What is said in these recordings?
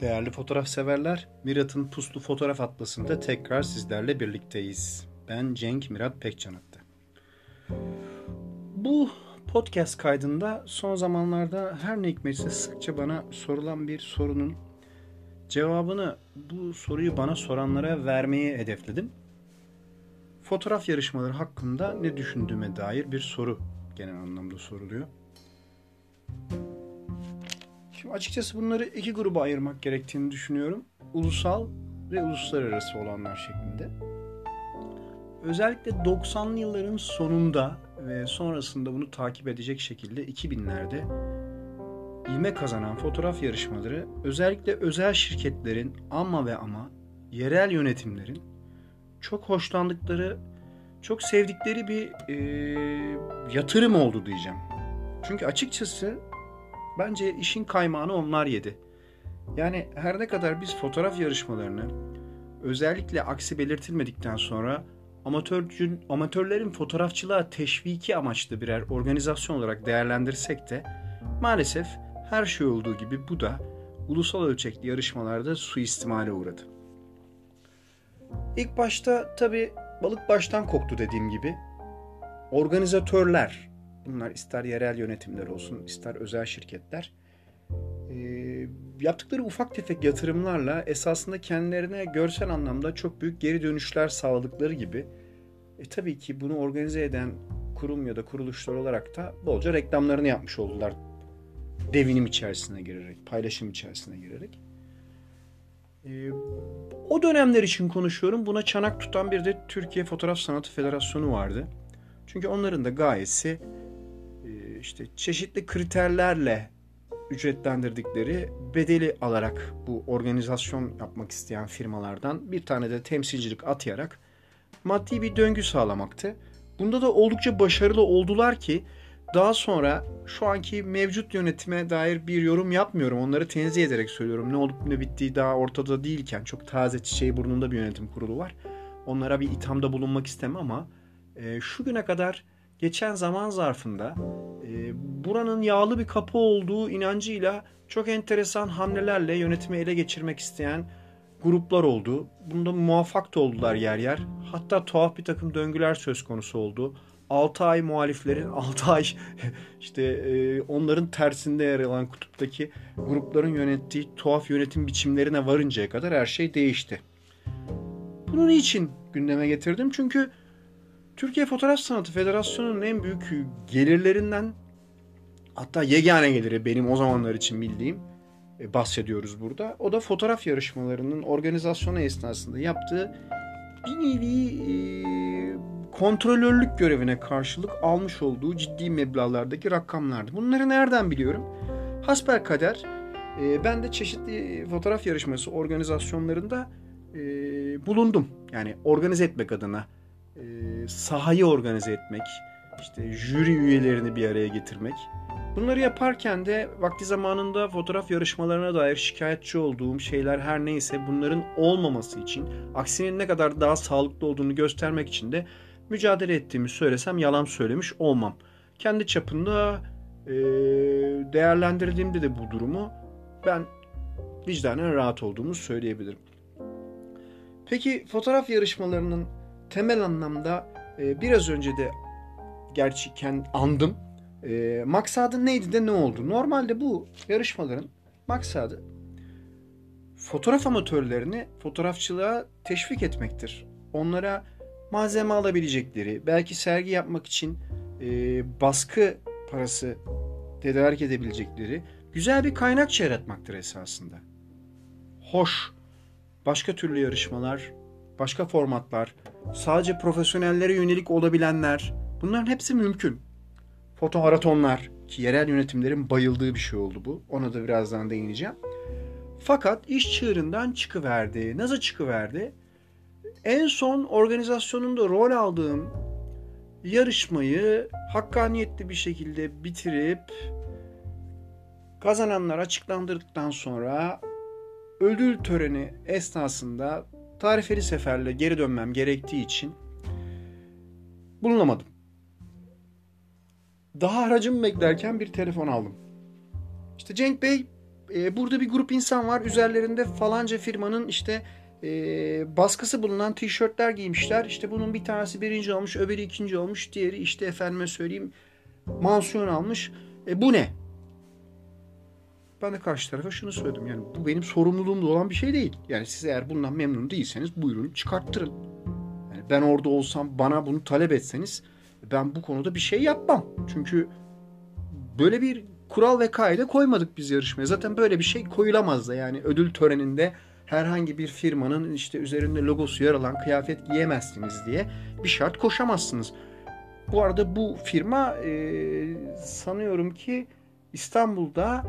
Değerli fotoğraf severler, Mirat'ın Puslu Fotoğraf Atlası'nda tekrar sizlerle birlikteyiz. Ben Cenk Mirat Pekcanat'ta. Bu podcast kaydında son zamanlarda her ne hikmetse sıkça bana sorulan bir sorunun cevabını bu soruyu bana soranlara vermeyi hedefledim. Fotoğraf yarışmaları hakkında ne düşündüğüme dair bir soru genel anlamda soruluyor. Şimdi açıkçası bunları iki gruba ayırmak gerektiğini düşünüyorum. Ulusal ve uluslararası olanlar şeklinde. Özellikle 90'lı yılların sonunda ve sonrasında bunu takip edecek şekilde 2000'lerde ivme kazanan fotoğraf yarışmaları özellikle özel şirketlerin ama yerel yönetimlerin çok hoşlandıkları, çok sevdikleri bir yatırım oldu diyeceğim. Çünkü açıkçası bence işin kaymağını onlar yedi. Yani her ne kadar biz fotoğraf yarışmalarını özellikle aksi belirtilmedikten sonra amatörlerin fotoğrafçılığa teşviki amaçlı birer organizasyon olarak değerlendirsek de maalesef her şey olduğu gibi bu da ulusal ölçekli yarışmalarda suistimale uğradı. İlk başta tabii balık baştan koktu dediğim gibi. Organizatörler, bunlar ister yerel yönetimler olsun, ister özel şirketler, yaptıkları ufak tefek yatırımlarla esasında kendilerine görsel anlamda çok büyük geri dönüşler sağladıkları gibi tabii ki bunu organize eden kurum ya da kuruluşlar olarak da bolca reklamlarını yapmış oldular. Devinim içerisine girerek, paylaşım içerisine girerek. O dönemler için konuşuyorum. Buna çanak tutan bir de Türkiye Fotoğraf Sanatı Federasyonu vardı. Çünkü onların da gayesi işte çeşitli kriterlerle ücretlendirdikleri bedeli alarak bu organizasyon yapmak isteyen firmalardan bir tane de temsilcilik atayarak maddi bir döngü sağlamaktı. Bunda da oldukça başarılı oldular ki daha sonra şu anki mevcut yönetime dair bir yorum yapmıyorum. Onları tenzih ederek söylüyorum. Ne olup ne bittiği daha ortada değilken çok taze çiçeği burnunda bir yönetim kurulu var. Onlara bir ithamda bulunmak istemem ama şu güne kadar geçen zaman zarfında buranın yağlı bir kapı olduğu inancıyla çok enteresan hamlelerle yönetimi ele geçirmek isteyen gruplar oldu. Bunda muvaffak da oldular yer yer. Hatta tuhaf bir takım döngüler söz konusu oldu. 6 ay muhaliflerin 6 ay işte onların tersinde yer alan kutuptaki grupların yönettiği tuhaf yönetim biçimlerine varıncaya kadar her şey değişti. Bunun için gündeme getirdim çünkü Türkiye Fotoğraf Sanatı Federasyonu'nun en büyük gelirlerinden, hatta yegane geliri benim o zamanlar için bildiğim, bahsediyoruz burada. O da fotoğraf yarışmalarının organizasyonu esnasında yaptığı bir nevi kontrolörlük görevine karşılık almış olduğu ciddi meblağlardaki rakamlardı. Bunları nereden biliyorum? Hasbelkader ben de çeşitli fotoğraf yarışması organizasyonlarında bulundum. Yani organize etmek adına sahayı organize etmek, işte jüri üyelerini bir araya getirmek. Bunları yaparken de vakti zamanında fotoğraf yarışmalarına dair şikayetçi olduğum şeyler her neyse bunların olmaması için, aksinin ne kadar daha sağlıklı olduğunu göstermek için de mücadele ettiğimi söylesem yalan söylemiş olmam. Kendi çapında değerlendirdiğimde de bu durumu ben vicdanen rahat olduğumu söyleyebilirim. Peki fotoğraf yarışmalarının temel anlamda biraz önce de gerçekten andım. Maksadı neydi de ne oldu? Normalde bu yarışmaların maksadı fotoğraf amatörlerini fotoğrafçılığa teşvik etmektir. Onlara malzeme alabilecekleri, belki sergi yapmak için baskı parası tedarik edebilecekleri güzel bir kaynak yaratmaktır esasında. Hoş, başka türlü yarışmalar, başka formatlar, sadece profesyonellere yönelik olabilenler, bunların hepsi mümkün. Fotomaratonlar, ki yerel yönetimlerin bayıldığı bir şey oldu bu. Ona da birazdan değineceğim. Fakat iş çığırından çıkıverdi. Nasıl çıkıverdi? En son organizasyonunda rol aldığım yarışmayı hakkaniyetli bir şekilde bitirip kazananlar açıklandırdıktan sonra ödül töreni esnasında tarifeli seferle geri dönmem gerektiği için bulunamadım. Daha aracımı beklerken bir telefon aldım. İşte Cenk Bey, Burada bir grup insan var. Üzerlerinde falanca firmanın işte baskısı bulunan tişörtler giymişler. İşte bunun bir tanesi birinci olmuş, öbürü ikinci olmuş, diğeri işte efendime söyleyeyim mansiyon almış. Bu ne? Ben de karşı tarafa şunu söyledim. Yani bu benim sorumluluğumda olan bir şey değil. Yani siz eğer bundan memnun değilseniz buyurun çıkarttırın. Yani ben orada olsam bana bunu talep etseniz ben bu konuda bir şey yapmam. Çünkü böyle bir kural ve kaide koymadık biz yarışmaya. Zaten böyle bir şey koyulamaz da. Yani ödül töreninde herhangi bir firmanın işte üzerinde logosu yer alan kıyafet giyemezsiniz diye bir şart koşamazsınız. Bu arada bu firma sanıyorum ki İstanbul'da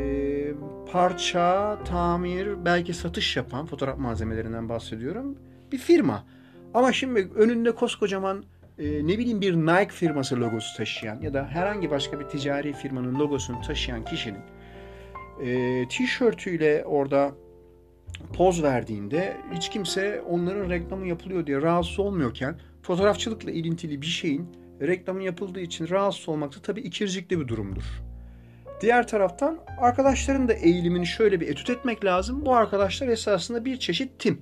parça, tamir, belki satış yapan, fotoğraf malzemelerinden bahsediyorum, bir firma. Ama şimdi önünde koskocaman ne bileyim bir Nike firması logosu taşıyan ya da herhangi başka bir ticari firmanın logosunu taşıyan kişinin tişörtüyle orada poz verdiğinde hiç kimse onların reklamı yapılıyor diye rahatsız olmuyorken fotoğrafçılıkla ilintili bir şeyin reklamı yapıldığı için rahatsız olmak da tabii ikircikli bir durumdur. Diğer taraftan arkadaşların da eğilimini şöyle bir etüt etmek lazım. Bu arkadaşlar esasında bir çeşit tim.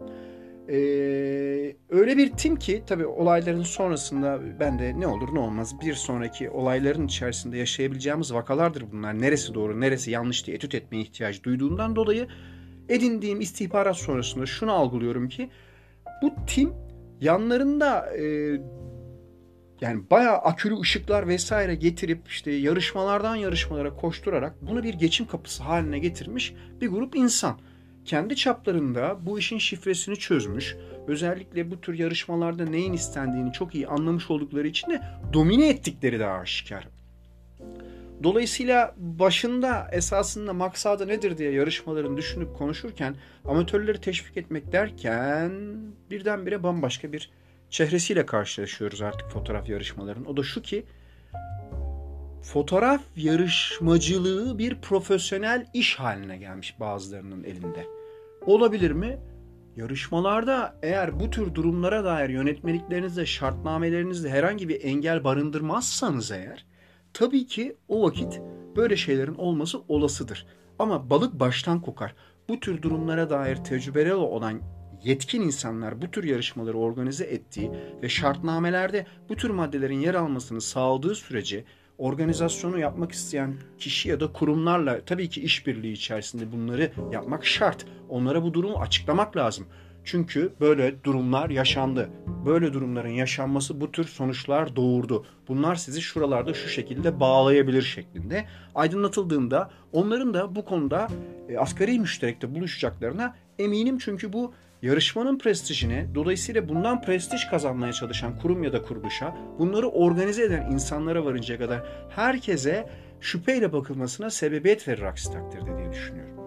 Öyle bir tim ki tabii olayların sonrasında ben de ne olur ne olmaz bir sonraki olayların içerisinde yaşayabileceğimiz vakalardır bunlar. Neresi doğru neresi yanlış diye etüt etmeye ihtiyacı duyduğundan dolayı edindiğim istihbarat sonrasında şunu algılıyorum ki bu tim yanlarında yani bayağı akülü ışıklar vesaire getirip işte yarışmalardan yarışmalara koşturarak bunu bir geçim kapısı haline getirmiş bir grup insan. Kendi çaplarında bu işin şifresini çözmüş. Özellikle bu tür yarışmalarda neyin istendiğini çok iyi anlamış oldukları için de domine ettikleri de aşikar. Dolayısıyla başında esasında maksadı nedir diye yarışmaların düşünüp konuşurken amatörleri teşvik etmek derken birdenbire bambaşka bir çehresiyle karşılaşıyoruz artık fotoğraf yarışmalarının. O da şu ki fotoğraf yarışmacılığı bir profesyonel iş haline gelmiş bazılarının elinde. Olabilir mi? Yarışmalarda eğer bu tür durumlara dair yönetmeliklerinizde, şartnamelerinizde herhangi bir engel barındırmazsanız eğer tabii ki o vakit böyle şeylerin olması olasıdır. Ama balık baştan kokar. Bu tür durumlara dair tecrübeli olan yetkin insanlar bu tür yarışmaları organize ettiği ve şartnamelerde bu tür maddelerin yer almasını sağladığı sürece organizasyonu yapmak isteyen kişi ya da kurumlarla tabii ki işbirliği içerisinde bunları yapmak şart. Onlara bu durumu açıklamak lazım. Çünkü böyle durumlar yaşandı. Böyle durumların yaşanması bu tür sonuçlar doğurdu. Bunlar sizi şuralarda şu şekilde bağlayabilir şeklinde aydınlatıldığında onların da bu konuda asgari müşterekte buluşacaklarına eminim. Çünkü bu yarışmanın prestijine, dolayısıyla bundan prestij kazanmaya çalışan kurum ya da kuruluşa, bunları organize eden insanlara varıncaya kadar herkese şüpheyle bakılmasına sebebiyet verir aksi takdirde diye düşünüyorum.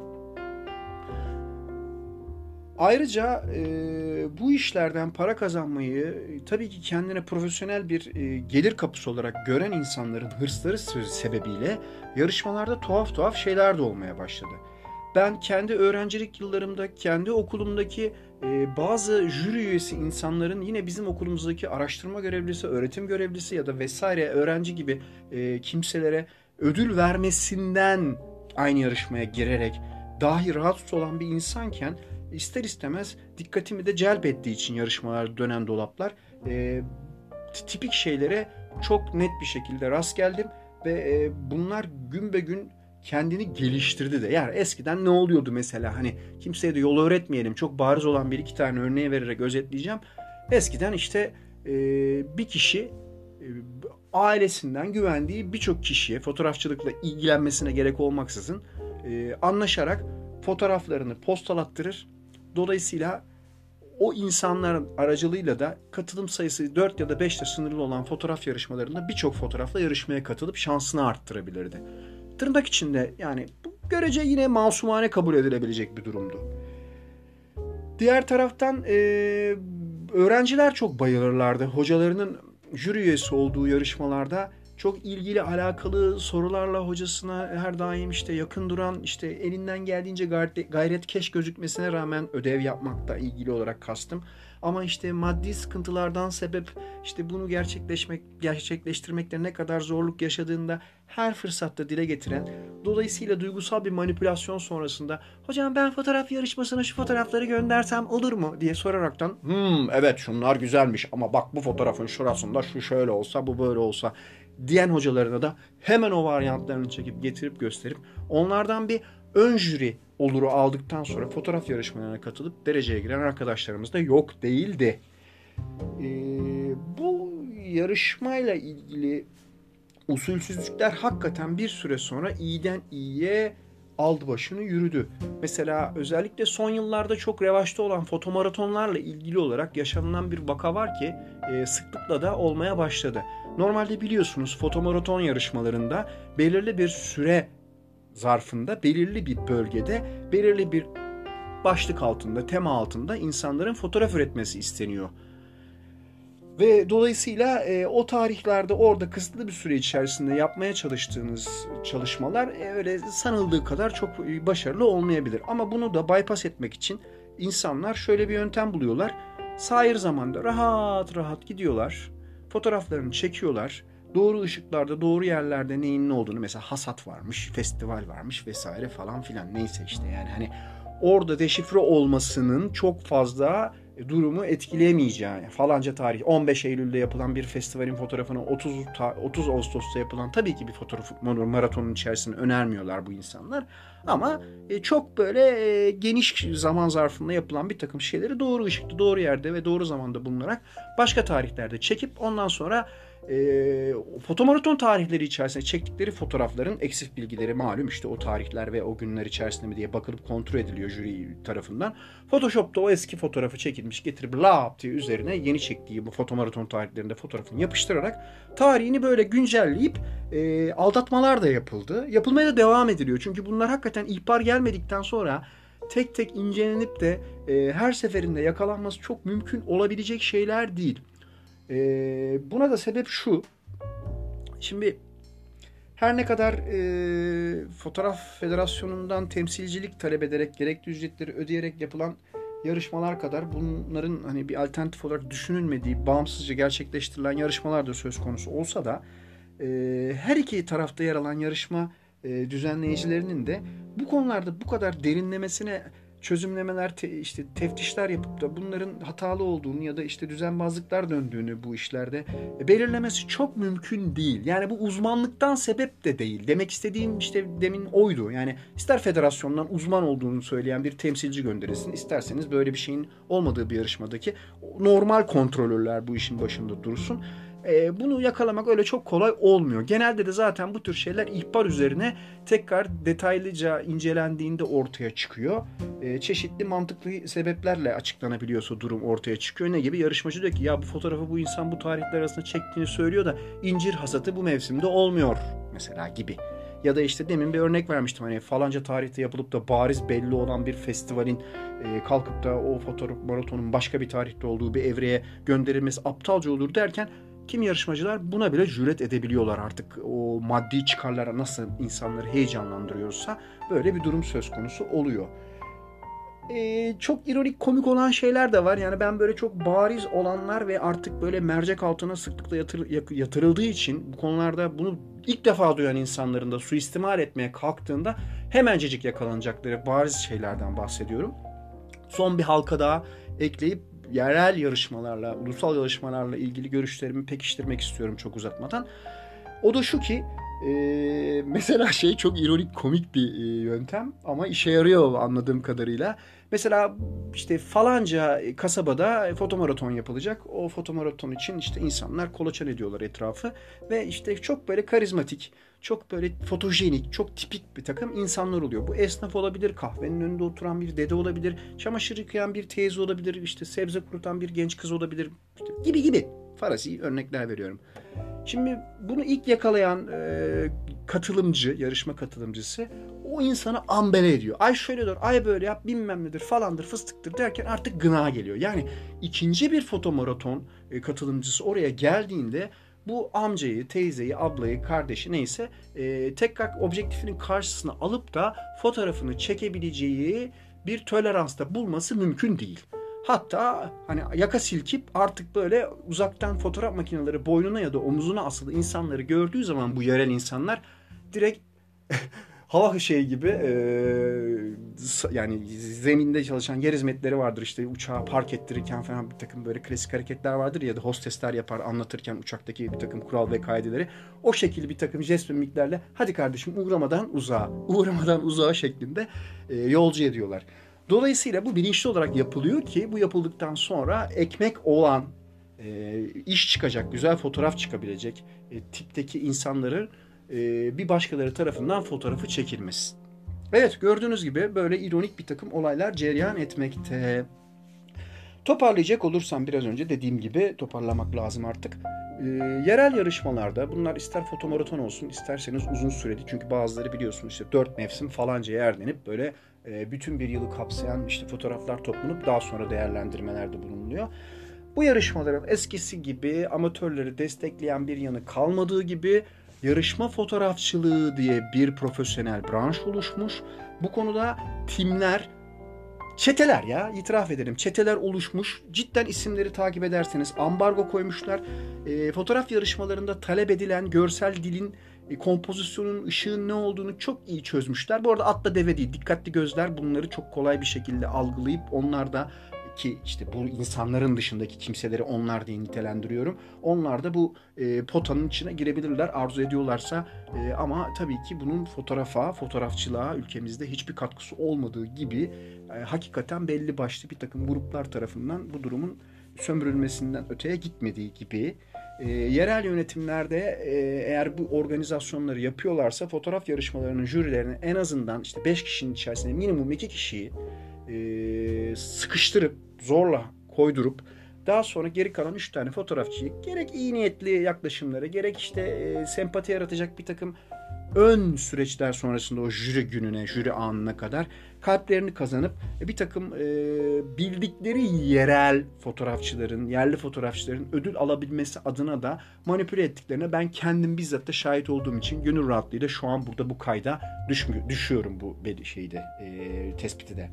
Ayrıca bu işlerden para kazanmayı tabii ki kendine profesyonel bir gelir kapısı olarak gören insanların hırsları sebebiyle yarışmalarda tuhaf tuhaf şeyler de olmaya başladı. Ben kendi öğrencilik yıllarımda, kendi okulumdaki bazı jüri üyesi insanların yine bizim okulumuzdaki araştırma görevlisi, öğretim görevlisi ya da vesaire öğrenci gibi kimselere ödül vermesinden aynı yarışmaya girerek dahi rahatsız olan bir insanken ister istemez dikkatimi de celp ettiği için yarışmalar dönen dolaplar tipik şeylere çok net bir şekilde rast geldim ve bunlar gün be gün kendini geliştirdi de. Yani eskiden ne oluyordu mesela, hani kimseye de yol öğretmeyelim, çok bariz olan bir iki tane örneği vererek özetleyeceğim. Eskiden işte bir kişi ailesinden güvendiği birçok kişiye fotoğrafçılıkla ilgilenmesine gerek olmaksızın anlaşarak fotoğraflarını postalattırır. Dolayısıyla o insanların aracılığıyla da katılım sayısı 4 ya da 5'te sınırlı olan fotoğraf yarışmalarında birçok fotoğrafla yarışmaya katılıp şansını arttırabilirdi. Tırnak içinde yani bu görece yine masumane kabul edilebilecek bir durumdu. Diğer taraftan öğrenciler çok bayılırlardı. Hocalarının jüri üyesi olduğu yarışmalarda çok ilgili alakalı sorularla hocasına her daim işte yakın duran, işte elinden geldiğince gayretkeş gözükmesine rağmen ödev yapmakla ilgili olarak kastım. Ama işte maddi sıkıntılardan sebep işte bunu gerçekleştirmekte ne kadar zorluk yaşadığında her fırsatta dile getiren, dolayısıyla duygusal bir manipülasyon sonrasında hocam ben fotoğraf yarışmasına şu fotoğrafları göndersem olur mu diye soraraktan evet şunlar güzelmiş ama bak bu fotoğrafın şurasında şu şöyle olsa bu böyle olsa diyen hocalarına da hemen o varyantlarını çekip getirip gösterip onlardan bir ön jüri oluru aldıktan sonra fotoğraf yarışmalarına katılıp dereceye giren arkadaşlarımız da yok değildi. Bu yarışmayla ilgili usulsüzlükler hakikaten bir süre sonra iyiden iyiye aldı başını yürüdü. Mesela özellikle son yıllarda çok revaçta olan fotomaratonlarla ilgili olarak yaşanılan bir vaka var ki sıklıkla da olmaya başladı. Normalde biliyorsunuz fotomaraton yarışmalarında belirli bir süre zarfında, belirli bir bölgede, belirli bir başlık altında, tema altında insanların fotoğraf üretmesi isteniyor. Ve dolayısıyla o tarihlerde orada kısıtlı bir süre içerisinde yapmaya çalıştığınız çalışmalar öyle sanıldığı kadar çok başarılı olmayabilir. Ama bunu da bypass etmek için insanlar şöyle bir yöntem buluyorlar. Sahir zamanda rahat rahat gidiyorlar, fotoğraflarını çekiyorlar. Doğru ışıklarda, doğru yerlerde neyin ne olduğunu, mesela hasat varmış, festival varmış vesaire falan filan, neyse işte yani hani orada deşifre olmasının çok fazla durumu etkileyemeyeceği, falanca tarih 15 Eylül'de yapılan bir festivalin fotoğrafını 30 Ağustos'ta yapılan tabii ki bir fotoğraf maratonun içerisinde önermiyorlar bu insanlar. Ama çok böyle geniş zaman zarfında yapılan bir takım şeyleri doğru ışıkta, doğru yerde ve doğru zamanda bulunarak başka tarihlerde çekip ondan sonra fotomaraton tarihleri içerisinde çektikleri fotoğrafların eksik bilgileri malum işte o tarihler ve o günler içerisinde mi diye bakılıp kontrol ediliyor jüri tarafından. Photoshop'ta o eski fotoğrafı çekilmiş getirip lap diye üzerine yeni çektiği bu fotomaraton tarihlerinde fotoğrafını yapıştırarak tarihini böyle güncelleyip aldatmalar da yapıldı. Yapılmaya da devam ediliyor. Çünkü bunlar hakikaten ihbar gelmedikten sonra tek tek incelenip de her seferinde yakalanması çok mümkün olabilecek şeyler değil. Buna da sebep şu. Şimdi her ne kadar Fotoğraf Federasyonu'ndan temsilcilik talep ederek gerekli ücretleri ödeyerek yapılan yarışmalar kadar bunların hani bir alternatif olarak düşünülmediği, bağımsızca gerçekleştirilen yarışmalar da söz konusu olsa da her iki tarafta yer alan yarışma düzenleyicilerinin de bu konularda bu kadar derinlemesine çözümlemeler, işte teftişler yapıp da bunların hatalı olduğunu ya da işte düzenbazlıklar döndüğünü bu işlerde belirlemesi çok mümkün değil. Yani bu uzmanlıktan sebep de değil. Demek istediğim işte demin oydu. Yani ister federasyondan uzman olduğunu söyleyen bir temsilci gönderilsin, isterseniz böyle bir şeyin olmadığı bir yarışmadaki normal kontrolörler bu işin başında dursun. Bunu yakalamak öyle çok kolay olmuyor. Genelde de zaten bu tür şeyler ihbar üzerine tekrar detaylıca incelendiğinde ortaya çıkıyor. Çeşitli mantıklı sebeplerle açıklanabiliyorsa durum ortaya çıkıyor. Ne gibi? Yarışmacı diyor ki ya bu fotoğrafı bu insan bu tarihler arasında çektiğini söylüyor da incir hasatı bu mevsimde olmuyor mesela gibi. Ya da işte demin bir örnek vermiştim hani falanca tarihte yapılıp da bariz belli olan bir festivalin kalkıp da o fotoğraf maratonun başka bir tarihte olduğu bir evreye gönderilmesi aptalca olur derken kim yarışmacılar buna bile cüret edebiliyorlar artık. O maddi çıkarlara nasıl insanları heyecanlandırıyorsa böyle bir durum söz konusu oluyor. Çok ironik, komik olan şeyler de var. Yani ben böyle çok bariz olanlar ve artık böyle mercek altına sıklıkla yatırıldığı için bu konularda bunu ilk defa duyan insanların da suistimal etmeye kalktığında hemencecik yakalanacakları bariz şeylerden bahsediyorum. Son bir halka daha ekleyip yerel yarışmalarla, ulusal yarışmalarla ilgili görüşlerimi pekiştirmek istiyorum çok uzatmadan. O da şu ki mesela çok ironik, komik bir yöntem ama işe yarıyor anladığım kadarıyla. Mesela işte falanca kasabada fotomaraton yapılacak. O fotomaraton için işte insanlar kolaçan ediyorlar etrafı ve işte çok böyle karizmatik, çok böyle fotojenik, çok tipik bir takım insanlar oluyor. Bu esnaf olabilir, kahvenin önünde oturan bir dede olabilir, çamaşır yıkayan bir teyze olabilir, işte sebze kurutan bir genç kız olabilir işte gibi farazi örnekler veriyorum. Şimdi bunu ilk yakalayan katılımcı, yarışma katılımcısı o insanı ambele ediyor. Ay şöyle dur, ay böyle yap, bilmem nedir falandır, fıstıktır derken artık gına geliyor. Yani ikinci bir fotomaraton katılımcısı oraya geldiğinde bu amcayı, teyzeyi, ablayı, kardeşi neyse tekrar objektifinin karşısına alıp da fotoğrafını çekebileceği bir toleransta bulması mümkün değil. Hatta hani yaka silkip artık böyle uzaktan fotoğraf makineleri boynuna ya da omuzuna asılı insanları gördüğü zaman bu yerel insanlar direkt hava şeyi gibi yani zeminde çalışan yer hizmetleri vardır, işte uçağı park ettirirken falan bir takım böyle klasik hareketler vardır ya da hostesler yapar anlatırken uçaktaki bir takım kural ve kaideleri, o şekilde bir takım jest ve mimiklerle hadi kardeşim uğramadan uzağa, uğramadan uzağa şeklinde yolcu ediyorlar. Dolayısıyla bu bilinçli olarak yapılıyor ki bu yapıldıktan sonra ekmek olan, iş çıkacak, güzel fotoğraf çıkabilecek tipteki insanların bir başkaları tarafından fotoğrafı çekilmesi. Evet, gördüğünüz gibi böyle ironik bir takım olaylar cereyan etmekte. Toparlayacak olursam biraz önce dediğim gibi toparlamak lazım artık. Yerel yarışmalarda bunlar ister fotomaraton olsun isterseniz uzun süreli, çünkü bazıları biliyorsunuz işte 4 mevsim falanca yer denip böyle bütün bir yılı kapsayan işte fotoğraflar toplanıp daha sonra değerlendirmelerde bulunuyor. Bu yarışmaların eskisi gibi amatörleri destekleyen bir yanı kalmadığı gibi yarışma fotoğrafçılığı diye bir profesyonel branş oluşmuş. Bu konuda timler, çeteler, ya itiraf edelim, çeteler oluşmuş. Cidden isimleri takip ederseniz ambargo koymuşlar. Fotoğraf yarışmalarında talep edilen görsel dilin, kompozisyonun, ışığın ne olduğunu çok iyi çözmüşler. Bu arada atla deve değil, dikkatli gözler bunları çok kolay bir şekilde algılayıp onlar da, ki işte bu insanların dışındaki kimseleri onlar diye nitelendiriyorum. Onlar da bu potanın içine girebilirler arzu ediyorlarsa. Ama tabii ki bunun fotoğrafçılığa ülkemizde hiçbir katkısı olmadığı gibi hakikaten belli başlı bir takım gruplar tarafından bu durumun sömürülmesinden öteye gitmediği gibi yerel yönetimlerde eğer bu organizasyonları yapıyorlarsa fotoğraf yarışmalarının jürilerini en azından işte 5 kişinin içerisinde minimum 2 kişiyi sıkıştırıp zorla koydurup daha sonra geri kalan 3 tane fotoğrafçıyı gerek iyi niyetli yaklaşımları gerek işte sempati yaratacak bir takım ön süreçler sonrasında o jüri gününe, jüri anına kadar kalplerini kazanıp bir takım bildikleri yerel fotoğrafçıların, yerli fotoğrafçıların ödül alabilmesi adına da manipüle ettiklerine ben kendim bizzat da şahit olduğum için gönül rahatlığıyla şu an burada bu kayda düşüyorum bu tespiti de.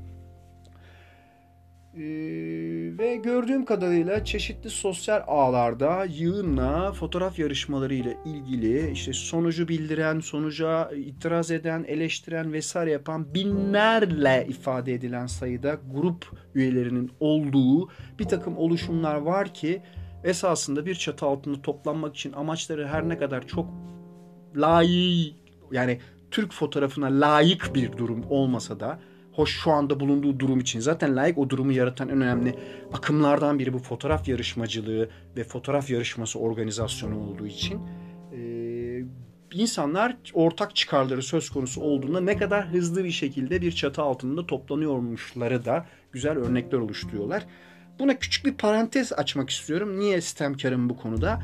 Ve gördüğüm kadarıyla çeşitli sosyal ağlarda yığınla fotoğraf yarışmaları ile ilgili işte sonucu bildiren, sonuca itiraz eden, eleştiren vesaire yapan binlerle ifade edilen sayıda grup üyelerinin olduğu bir takım oluşumlar var ki esasında bir çatı altında toplanmak için amaçları her ne kadar çok layık, yani Türk fotoğrafına layık bir durum olmasa da, hoş şu anda bulunduğu durum için zaten layık, o durumu yaratan en önemli akımlardan biri bu fotoğraf yarışmacılığı ve fotoğraf yarışması organizasyonu olduğu için insanlar ortak çıkarları söz konusu olduğunda ne kadar hızlı bir şekilde bir çatı altında toplanıyormuşları da güzel örnekler oluşturuyorlar. Buna küçük bir parantez açmak istiyorum. Niye sistemkarım bu konuda?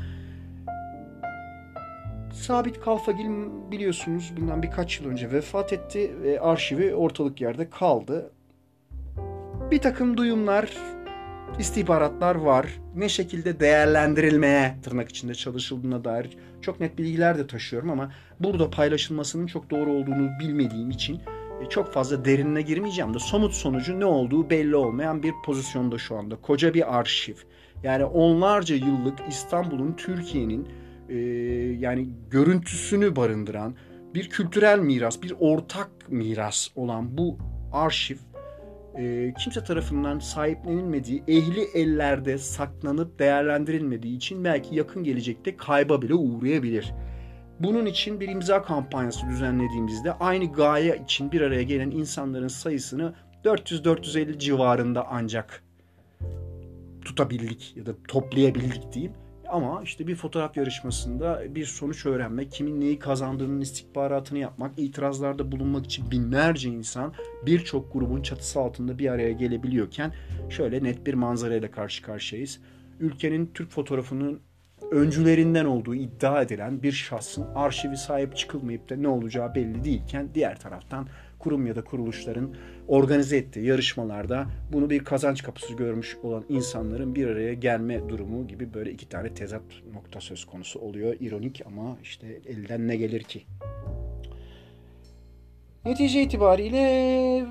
Sabit Kalfagil biliyorsunuz bundan birkaç yıl önce vefat etti ve arşivi ortalık yerde kaldı. Bir takım duyumlar, istihbaratlar var. Ne şekilde değerlendirilmeye tırnak içinde çalışıldığına dair çok net bilgiler de taşıyorum ama burada paylaşılmasının çok doğru olduğunu bilmediğim için çok fazla derinine girmeyeceğim de somut sonucu ne olduğu belli olmayan bir pozisyonda şu anda. Koca bir arşiv. Yani onlarca yıllık İstanbul'un, Türkiye'nin yani görüntüsünü barındıran bir kültürel miras, bir ortak miras olan bu arşiv kimse tarafından sahiplenilmediği, ehli ellerde saklanıp değerlendirilmediği için belki yakın gelecekte kayba bile uğrayabilir. Bunun için bir imza kampanyası düzenlediğimizde aynı gaye için bir araya gelen insanların sayısını 400-450 civarında ancak tutabildik ya da toplayabildik diyeyim. Ama işte bir fotoğraf yarışmasında bir sonuç öğrenmek, kimin neyi kazandığının istihbaratını yapmak, itirazlarda bulunmak için binlerce insan birçok grubun çatısı altında bir araya gelebiliyorken şöyle net bir manzarayla karşı karşıyayız. Ülkenin Türk fotoğrafının öncülerinden olduğu iddia edilen bir şahsın arşivi sahip çıkılmayıp da ne olacağı belli değilken diğer taraftan kurum ya da kuruluşların organize ettiği yarışmalarda bunu bir kazanç kapısı görmüş olan insanların bir araya gelme durumu gibi böyle iki tane tezat nokta söz konusu oluyor. İronik ama işte elden ne gelir ki? Netice itibariyle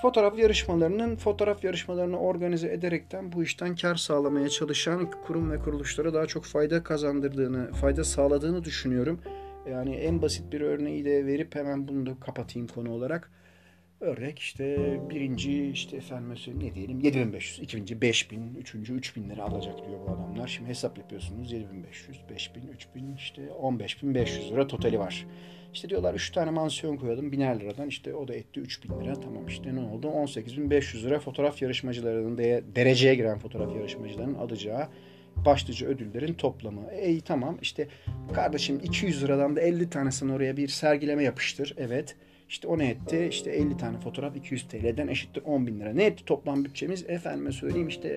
fotoğraf yarışmalarını organize ederekten bu işten kar sağlamaya çalışan kurum ve kuruluşlara daha çok fayda sağladığını düşünüyorum. Yani en basit bir örneği de verip hemen bunu da kapatayım konu olarak. Örnek işte birinci işte efendim söyleyeyim ne diyelim 7500, ikinci 5000, üçüncü 3000 lira alacak diyor bu adamlar. Şimdi hesap yapıyorsunuz 7500, 5000, 3000 işte 15500 lira totali var. İşte diyorlar 3 tane mansiyon koyalım 1000'er liradan işte o da etti 3000 lira. Tamam işte ne oldu? 18500 lira fotoğraf yarışmacılarının dereceye giren fotoğraf yarışmacılarının alacağı başlıca ödüllerin toplamı. Tamam işte kardeşim 200 liradan da 50 tanesini oraya bir sergileme yapıştır. Evet. İşte o ne etti? İşte 50 tane fotoğraf 200 TL'den eşittir 10 bin lira. Ne etti toplam bütçemiz? Efendime söyleyeyim işte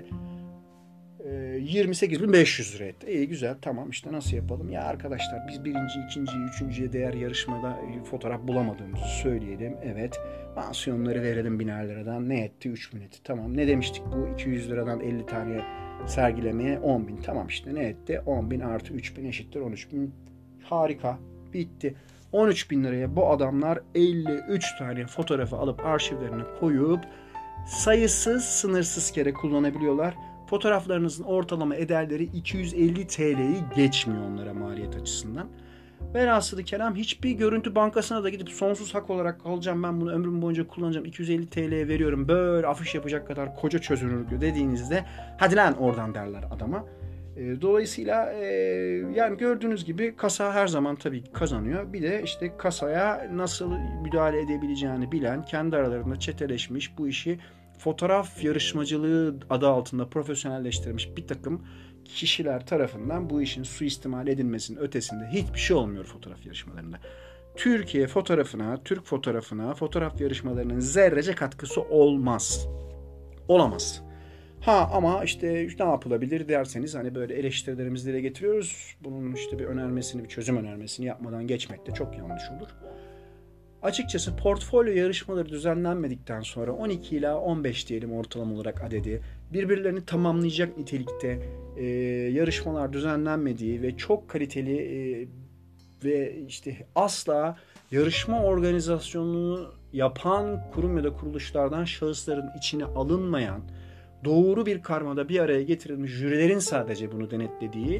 28.500 lira etti. Güzel tamam işte nasıl yapalım? Ya arkadaşlar biz birinci, ikinciyi, üçüncüye değer yarışmada fotoğraf bulamadığımızı söyleyelim. Evet. Pansiyonları verelim 1000'er liradan. Ne etti? 3000 etti. Tamam. Ne demiştik bu 200 liradan 50 tane sergilemeye 10 bin. Tamam işte ne etti? 10 bin artı 3000 eşittir 13 bin. Harika. Bitti. 13 bin liraya bu adamlar 53 tane fotoğrafı alıp arşivlerine koyup sayısız sınırsız kere kullanabiliyorlar. Fotoğraflarınızın ortalama ederleri 250 TL'yi geçmiyor onlara maliyet açısından. Velhasılı kelam hiçbir görüntü bankasına da gidip sonsuz hak olarak alacağım ben bunu ömrüm boyunca kullanacağım 250 TL'ye veriyorum böyle afiş yapacak kadar koca çözünürlüğü dediğinizde hadi lan oradan derler adama. Dolayısıyla yani gördüğünüz gibi kasa her zaman tabii kazanıyor. Bir de işte kasaya nasıl müdahale edebileceğini bilen, kendi aralarında çeteleşmiş, bu işi fotoğraf yarışmacılığı adı altında profesyonelleştirmiş bir takım kişiler tarafından bu işin suistimal edilmesinin ötesinde hiçbir şey olmuyor fotoğraf yarışmalarında. Türkiye fotoğrafına, Türk fotoğrafına, fotoğraf yarışmalarının zerrece katkısı olmaz. Olamaz. Ama işte ne yapılabilir derseniz hani böyle eleştirilerimizi dile getiriyoruz. Bunun işte bir çözüm önermesini yapmadan geçmek de çok yanlış olur. Açıkçası portfolyo yarışmaları düzenlenmedikten sonra 12 ila 15 diyelim ortalama olarak adedi birbirlerini tamamlayacak nitelikte yarışmalar düzenlenmediği ve çok kaliteli ve işte asla yarışma organizasyonunu yapan kurum ya da kuruluşlardan şahısların içine alınmayan doğru bir karmada bir araya getirilmiş jürilerin sadece bunu denetlediği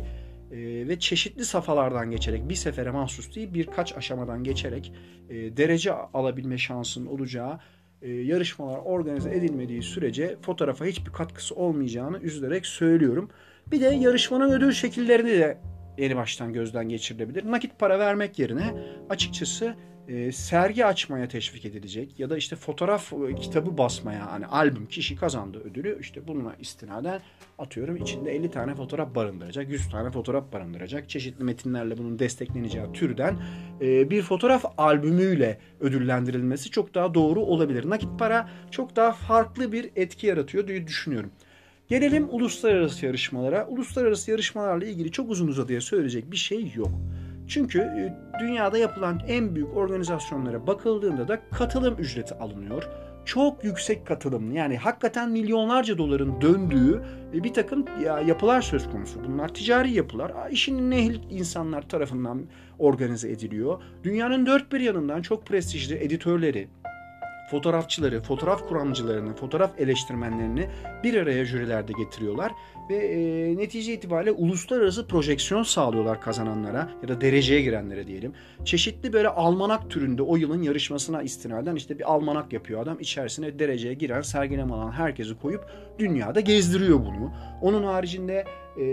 ve çeşitli safhalardan geçerek bir sefere mahsus değil birkaç aşamadan geçerek derece alabilme şansının olacağı yarışmalar organize edilmediği sürece fotoğrafa hiçbir katkısı olmayacağını üzülerek söylüyorum. Bir de yarışmanın ödül şekillerini de yeni baştan gözden geçirilebilir. Nakit para vermek yerine açıkçası sergi açmaya teşvik edilecek ya da işte fotoğraf kitabı basmaya hani albüm kişi kazandığı ödülü işte bununla istinaden atıyorum içinde 50 tane fotoğraf barındıracak, 100 tane fotoğraf barındıracak, çeşitli metinlerle bunun destekleneceği türden bir fotoğraf albümüyle ödüllendirilmesi çok daha doğru olabilir. Nakit para çok daha farklı bir etki yaratıyor diye düşünüyorum. Gelelim uluslararası yarışmalara. Uluslararası yarışmalarla ilgili çok uzun uzadıya söyleyecek bir şey yok. Çünkü dünyada yapılan en büyük organizasyonlara bakıldığında da katılım ücreti alınıyor. Çok yüksek katılımlı yani hakikaten milyonlarca doların döndüğü bir takım yapılar söz konusu. Bunlar ticari yapılar. İşinin ehil insanlar tarafından organize ediliyor. Dünyanın dört bir yanından çok prestijli editörleri, fotoğrafçıları, fotoğraf kuramcılarını, fotoğraf eleştirmenlerini bir araya jürilerde getiriyorlar ve netice itibariyle uluslararası projeksiyon sağlıyorlar kazananlara ya da dereceye girenlere diyelim. Çeşitli böyle almanak türünde o yılın yarışmasına istinaden işte bir almanak yapıyor adam. İçerisine dereceye giren, sergileme alan herkesi koyup dünyada gezdiriyor bunu. Onun haricinde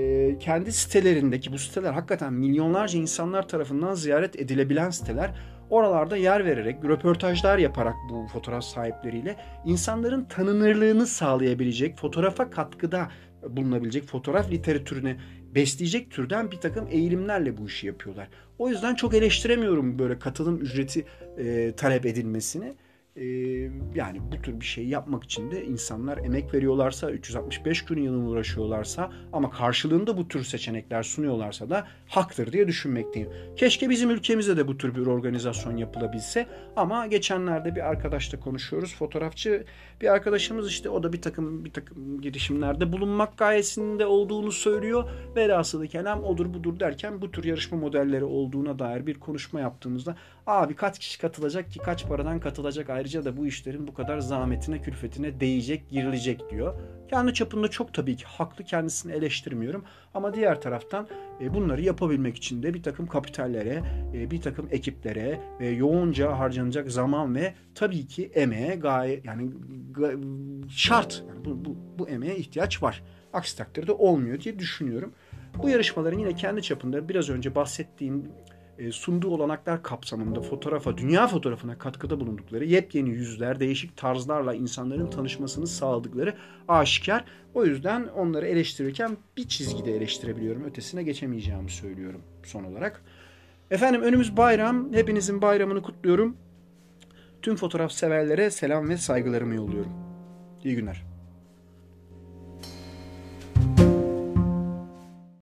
kendi sitelerindeki bu siteler hakikaten milyonlarca insanlar tarafından ziyaret edilebilen siteler. Oralarda yer vererek, röportajlar yaparak bu fotoğraf sahipleriyle insanların tanınırlığını sağlayabilecek, fotoğrafa katkıda bulunabilecek, fotoğraf literatürüne besleyecek türden bir takım eğilimlerle bu işi yapıyorlar. O yüzden çok eleştiremiyorum böyle katılım ücreti talep edilmesini. Yani bu tür bir şey yapmak için de insanlar emek veriyorlarsa, 365 gün yılın uğraşıyorlarsa ama karşılığında bu tür seçenekler sunuyorlarsa da haktır diye düşünmekteyim. Keşke bizim ülkemizde de bu tür bir organizasyon yapılabilse ama geçenlerde bir arkadaşla konuşuyoruz. Fotoğrafçı bir arkadaşımız, işte o da bir takım girişimlerde bulunmak gayesinde olduğunu söylüyor. Velhasılı kelam odur budur derken bu tür yarışma modelleri olduğuna dair bir konuşma yaptığımızda abi kaç kişi katılacak ki, kaç paradan katılacak, ayrıca da bu işlerin bu kadar zahmetine külfetine değecek, girilecek diyor. Kendi çapında çok tabii ki haklı, kendisini eleştirmiyorum ama diğer taraftan bunları yapabilmek için de bir takım kapitallere, bir takım ekiplere ve yoğunca harcanacak zaman ve tabii ki emeğe şart. Yani bu emeğe ihtiyaç var. Aksi takdirde olmuyor diye düşünüyorum. Bu yarışmaların yine kendi çapında biraz önce bahsettiğim sunduğu olanaklar kapsamında dünya fotoğrafına katkıda bulundukları, yepyeni yüzler, değişik tarzlarla insanların tanışmasını sağladıkları aşikar. O yüzden onları eleştirirken bir çizgide eleştirebiliyorum. Ötesine geçemeyeceğimi söylüyorum son olarak. Efendim, önümüz bayram. Hepinizin bayramını kutluyorum. Tüm fotoğraf severlere selam ve saygılarımı yolluyorum. İyi günler.